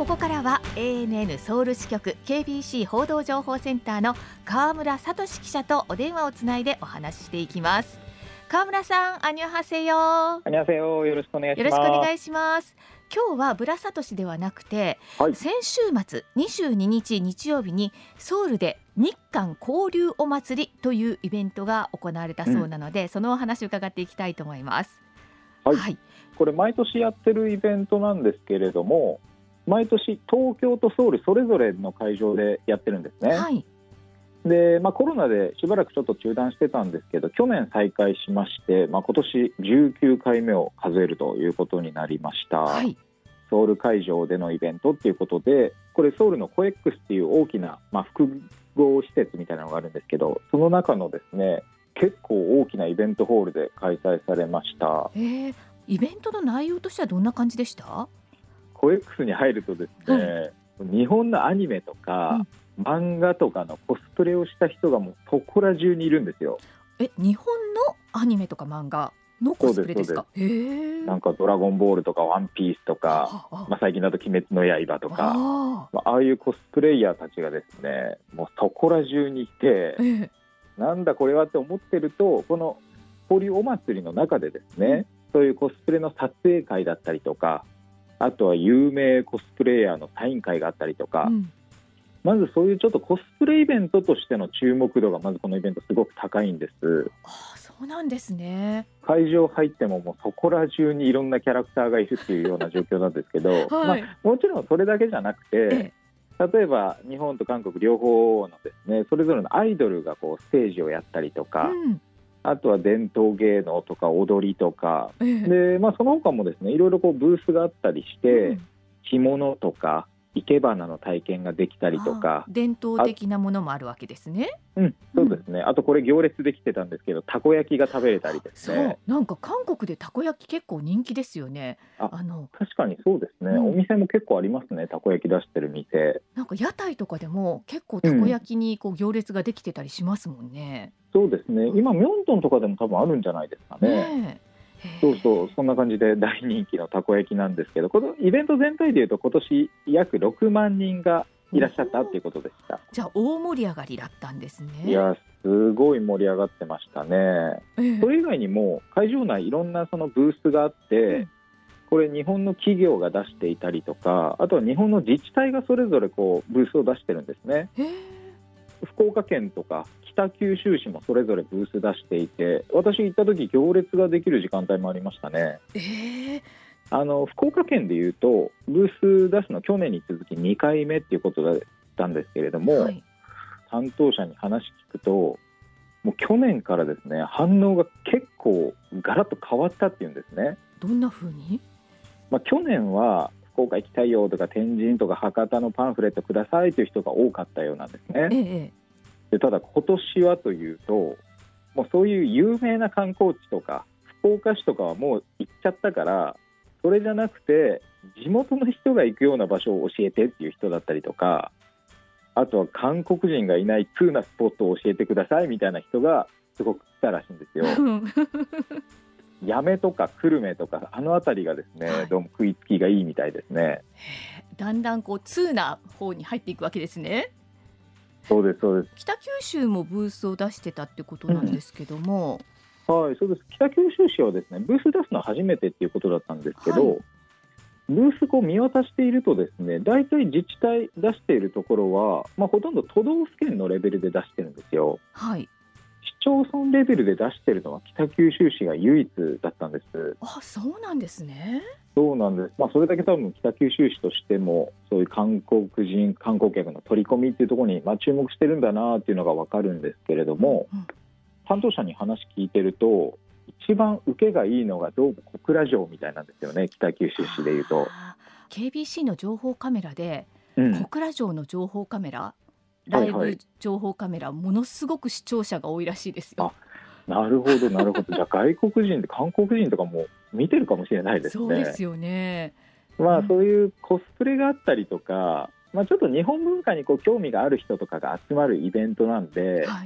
ここからは ANN ソウル支局 KBC 報道情報センターの川村聡記者とお電話をつないでお話ししていきます。川村さん、アニョハセヨ。 アニョハセヨ、よろしくお願いします。 よろしくお願いします。今日はブラサトシではなくて、先週末22日日曜日にソウルで日韓交流お祭りというイベントが行われたそうなので、そのお話を伺っていきたいと思います。 これ毎年やってるイベントなんですけれども、毎年東京とソウルそれぞれの会場でやってるんですね。でコロナでしばらくちょっと中断してたんですけど、去年再開しまして、今年19回目を数えるということになりました。ソウル会場でのイベントっていうことで、これソウルのコエックスっていう大きな、複合施設みたいなのがあるんですけど、その中のですね、結構大きなイベントホールで開催されました。 イベントの内容としてはどんな感じでした？ コエックスに入るとですね、日本のアニメとか、漫画とかのコスプレをした人がもうそこら中にいるんですよ。 日本のアニメとか漫画のコスプレですか？ なんかドラゴンボールとかワンピースとか、最近だと鬼滅の刃とか、ああいうコスプレイヤーたちがですね、もうそこら中にいて、なんだこれはって思ってると、この交流お祭りの中でですね、そういうコスプレの撮影会だったりとか、あとは有名コスプレイヤーのサイン会があったりとか、まずそういうちょっとコスプレイベントとしての注目度がまずこのイベントすごく高いんです。 そうなんですね。 会場入っても、もうそこら中にいろんなキャラクターがいるっていうような状況なんですけど、もちろんそれだけじゃなくて、例えば日本と韓国両方のですね、それぞれのアイドルがこうステージをやったりとか、あとは伝統芸能とか踊りとか、でその他もですね、いろいろこうブースがあったりして、着物とか生け花の体験ができたりとか、 伝統的なものもあるわけですね。 そうですね。あとこれ行列できてたんですけど、たこ焼きが食べれたりですね。 なんか韓国でたこ焼き結構人気ですよね。 確かにそうですね、お店も結構ありますね、たこ焼き出してる店。 なんか屋台とかでも結構たこ焼きにこう行列ができてたりしますもんね。 そうですね、今ミョンドンとかでも多分あるんじゃないですかね。そんな感じで大人気のたこ焼きなんですけど、このイベント全体でいうと今年約6万人がいらっしゃったっていうことでした。 じゃあ大盛り上がりだったんですね。 いや、すごい盛り上がってましたね。それ以外にも会場内いろんなそのブースがあって、これ日本の企業が出していたりとか、あとは日本の自治体がそれぞれこうブースを出してるんですね。福岡県とか北九州市もそれぞれブース出していて、私行った時行列ができる時間帯もありましたね。福岡県でいうとブース出すの去年に続き2回目っていうことだったんですけれども、担当者に話聞くと、もう去年からですね、反応が結構ガラッと変わったっていうんですね。 どんな風に？ 去年は福岡行きたいよとか天神とか博多のパンフレットくださいという人が多かったようなんですね。でただ今年はというと、もうそういう有名な観光地とか福岡市とかはもう行っちゃったから、それじゃなくて地元の人が行くような場所を教えてっていう人だったりとか、あとは韓国人がいない通なスポットを教えてくださいみたいな人がすごく来たらしいんですよ。八女とか久留米とかあの辺りがですね、どうも食いつきがいいみたいですね。 だんだんこう通な方に入っていくわけですね。 そうですそうです。 北九州もブースを出してたってことなんですけども、 そうです。北九州市はですね、ブース出すのは初めてっていうことだったんですけど、ブースを見渡しているとですね、大体自治体出しているところは、ほとんど都道府県のレベルで出してるんですよ。市町村レベルで出しているのは北九州市が唯一だったんです。 そうなんですね。 そうなんです。それだけ多分北九州市としてもそういう観光客の取り込みっていうところに注目してるんだなっていうのが分かるんですけれども、担当者に話聞いてると一番受けがいいのがどうも小倉城みたいなんですよね、北九州市でいうと。 KBC の情報カメラで、小倉城の情報カメラ、ライブ情報カメラ、ものすごく視聴者が多いらしいですよ。 なるほどなるほど。じゃあ外国人で韓国人とかも見てるかもしれないですね。 そうですよね。 そういうコスプレがあったりとか、ちょっと日本文化に興味がある人とかが集まるイベントなんで、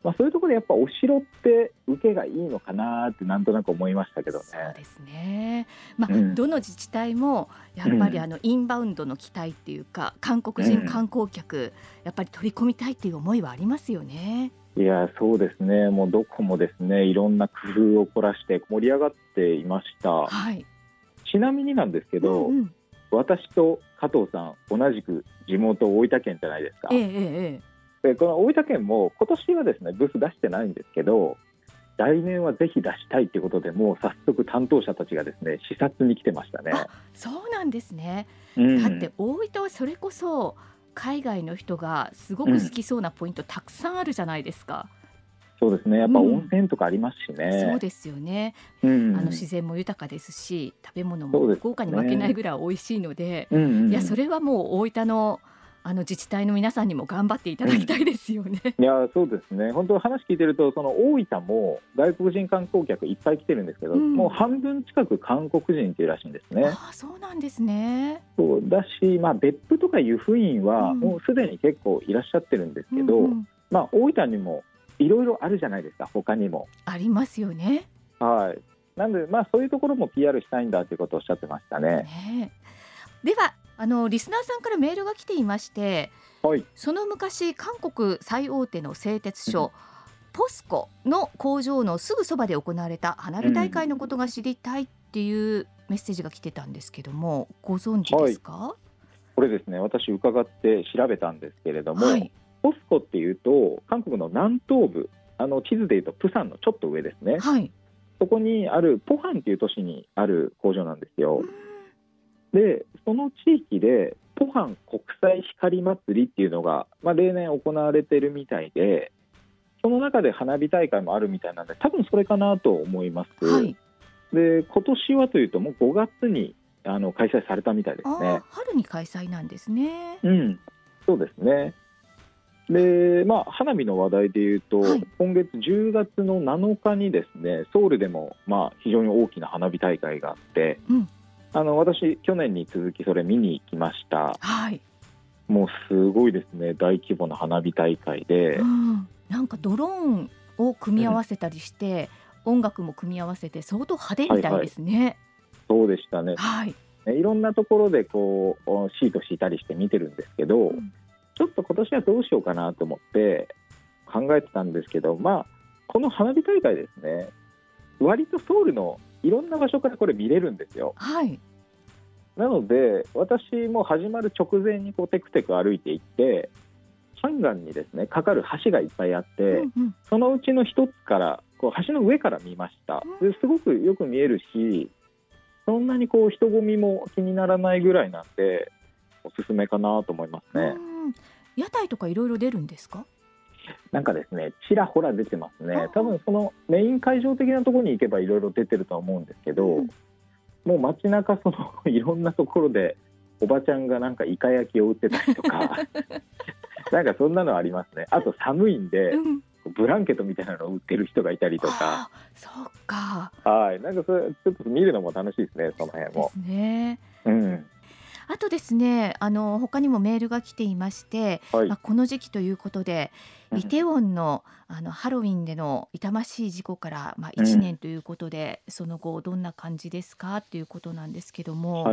そういうところでやっぱお城って受けがいいのかなってなんとなく思いましたけどね。 そうですね、どの自治体もやっぱりインバウンドの期待っていうか、韓国人観光客やっぱり取り込みたいっていう思いはありますよね。 いやそうですね、もうどこもですねいろんな工夫を凝らして盛り上がっていました、 はい、 ちなみになんですけど、私と加藤さん同じく地元大分県じゃないですか、でこの大分県も今年はですねブース出してないんですけど、来年はぜひ出したいということでもう早速担当者たちがですね視察に来てましたね。 そうなんですね、だって大分はそれこそ海外の人がすごく好きそうなポイントたくさんあるじゃないですか。 そうですね、やっぱ温泉とかありますしね、 そうですよね、自然も豊かですし食べ物も福岡に負けないぐらい美味しいので、いやそれはもう大分の自治体の皆さんにも頑張っていただきたいですよね。 いやそうですね、本当話聞いてるとその大分も外国人観光客いっぱい来てるんですけど、もう半分近く韓国人っていうらしいんですね。 そうなんですね。 そうだし、別府とか湯布院はもうすでに結構いらっしゃってるんですけど、大分にもいろいろあるじゃないですか、他にもありますよね。 はい、なのでそういうところも PR したいんだということをおっしゃってましたね。 ではリスナーさんからメールが来ていまして、その昔韓国最大手の製鉄所、ポスコの工場のすぐそばで行われた花火大会のことが知りたいっていうメッセージが来てたんですけども、ご存知ですか？ これですね、私伺って調べたんですけれども、ポスコっていうと韓国の南東部、地図でいうとプサンのちょっと上ですね、そこにあるポハンっていう都市にある工場なんですよ。でその地域でポハン国際光祭りっていうのが、例年行われているみたいで、その中で花火大会もあるみたいなので多分それかなと思います。で今年はというともう5月に開催されたみたいですね。 春に開催なんですね。 そうですね。で花火の話題でいうと、今月10月の7日にですねソウルでも非常に大きな花火大会があって、私去年に続きそれ見に行きました。もうすごいですね、大規模な花火大会で、 なんかドローンを組み合わせたりして、音楽も組み合わせて相当派手みたいですね。 そうでしたね、いろんなところでこうシート敷いたりして見てるんですけど、ちょっと今年はどうしようかなと思って考えてたんですけど、この花火大会ですね、割とソウルのいろんな場所からこれ見れるんですよ。なので私も始まる直前にテクテク歩いていって、ハンガンにですねかかる橋がいっぱいあって、そのうちの一つから橋の上から見ました。ですごくよく見えるし、そんなに人混みも気にならないぐらいなんでおすすめかなと思いますね。 屋台とかいろいろ出るんですか？ なんかですねちらほら出てますね。多分そのメイン会場的なところに行けばいろいろ出てるとは思うんですけど、もう街中いろんなところでおばちゃんがなんかイカ焼きを売ってたりとかなんかそんなのありますね。あと寒いんで、ブランケットみたいなのを売ってる人がいたりとか。 そうか。 なんかそれちょっと見るのも楽しいですね、その辺も。 ですね。あとですね、他にもメールが来ていまして、この時期ということで、イテウォンの、ハロウィンでの痛ましい事故から、1年ということで、その後どんな感じですかということなんですけども。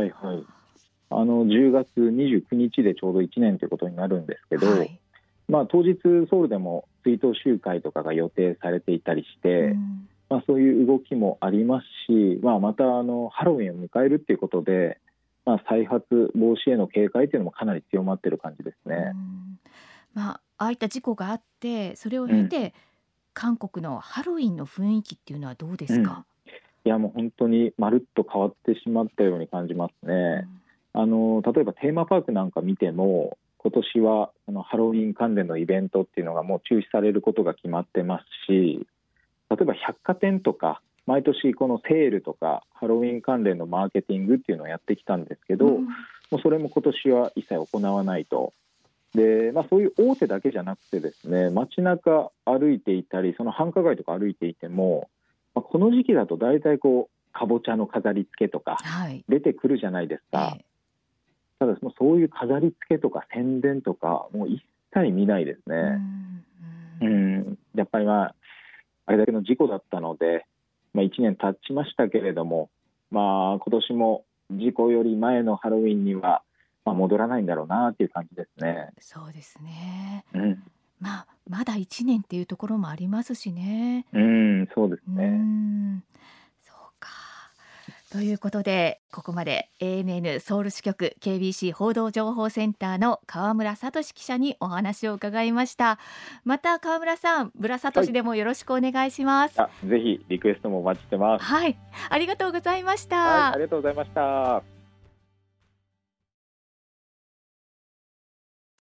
10月29日でちょうど1年ということになるんですけど、当日ソウルでも追悼集会とかが予定されていたりして、そういう動きもありますし、またハロウィンを迎えるっていうことで、再発防止への警戒というのもかなり強まっている感じですね。 ああいった事故があってそれを経て、韓国のハロウィンの雰囲気っていうのはどうですか？ いやもう本当にまるっと変わってしまったように感じますね。例えばテーマパークなんか見ても今年はハロウィン関連のイベントっていうのがもう中止されることが決まってますし、例えば百貨店とか毎年このセールとかハロウィン関連のマーケティングっていうのをやってきたんですけど、もうそれも今年は一切行わないと。で、そういう大手だけじゃなくてですね、街中歩いていたりその繁華街とか歩いていても、この時期だと大体かぼちゃの飾り付けとか出てくるじゃないですか。ただそういう飾り付けとか宣伝とかもう一切見ないですね。 やっぱりあれだけの事故だったので、1年経ちましたけれども、今年も事故より前のハロウィンには戻らないんだろうなという感じですね。 そうですね、まだ1年っていうところもありますしね。 そうですね。 そうか。ということで、ここまで ANN ソウル支局 KBC 報道情報センターの川村聡記者にお話を伺いました。また川村さん、ブラサトシでもよろしくお願いします。 ぜひリクエストもお待ちしてます。 はい、ありがとうございました。 ありがとうございました。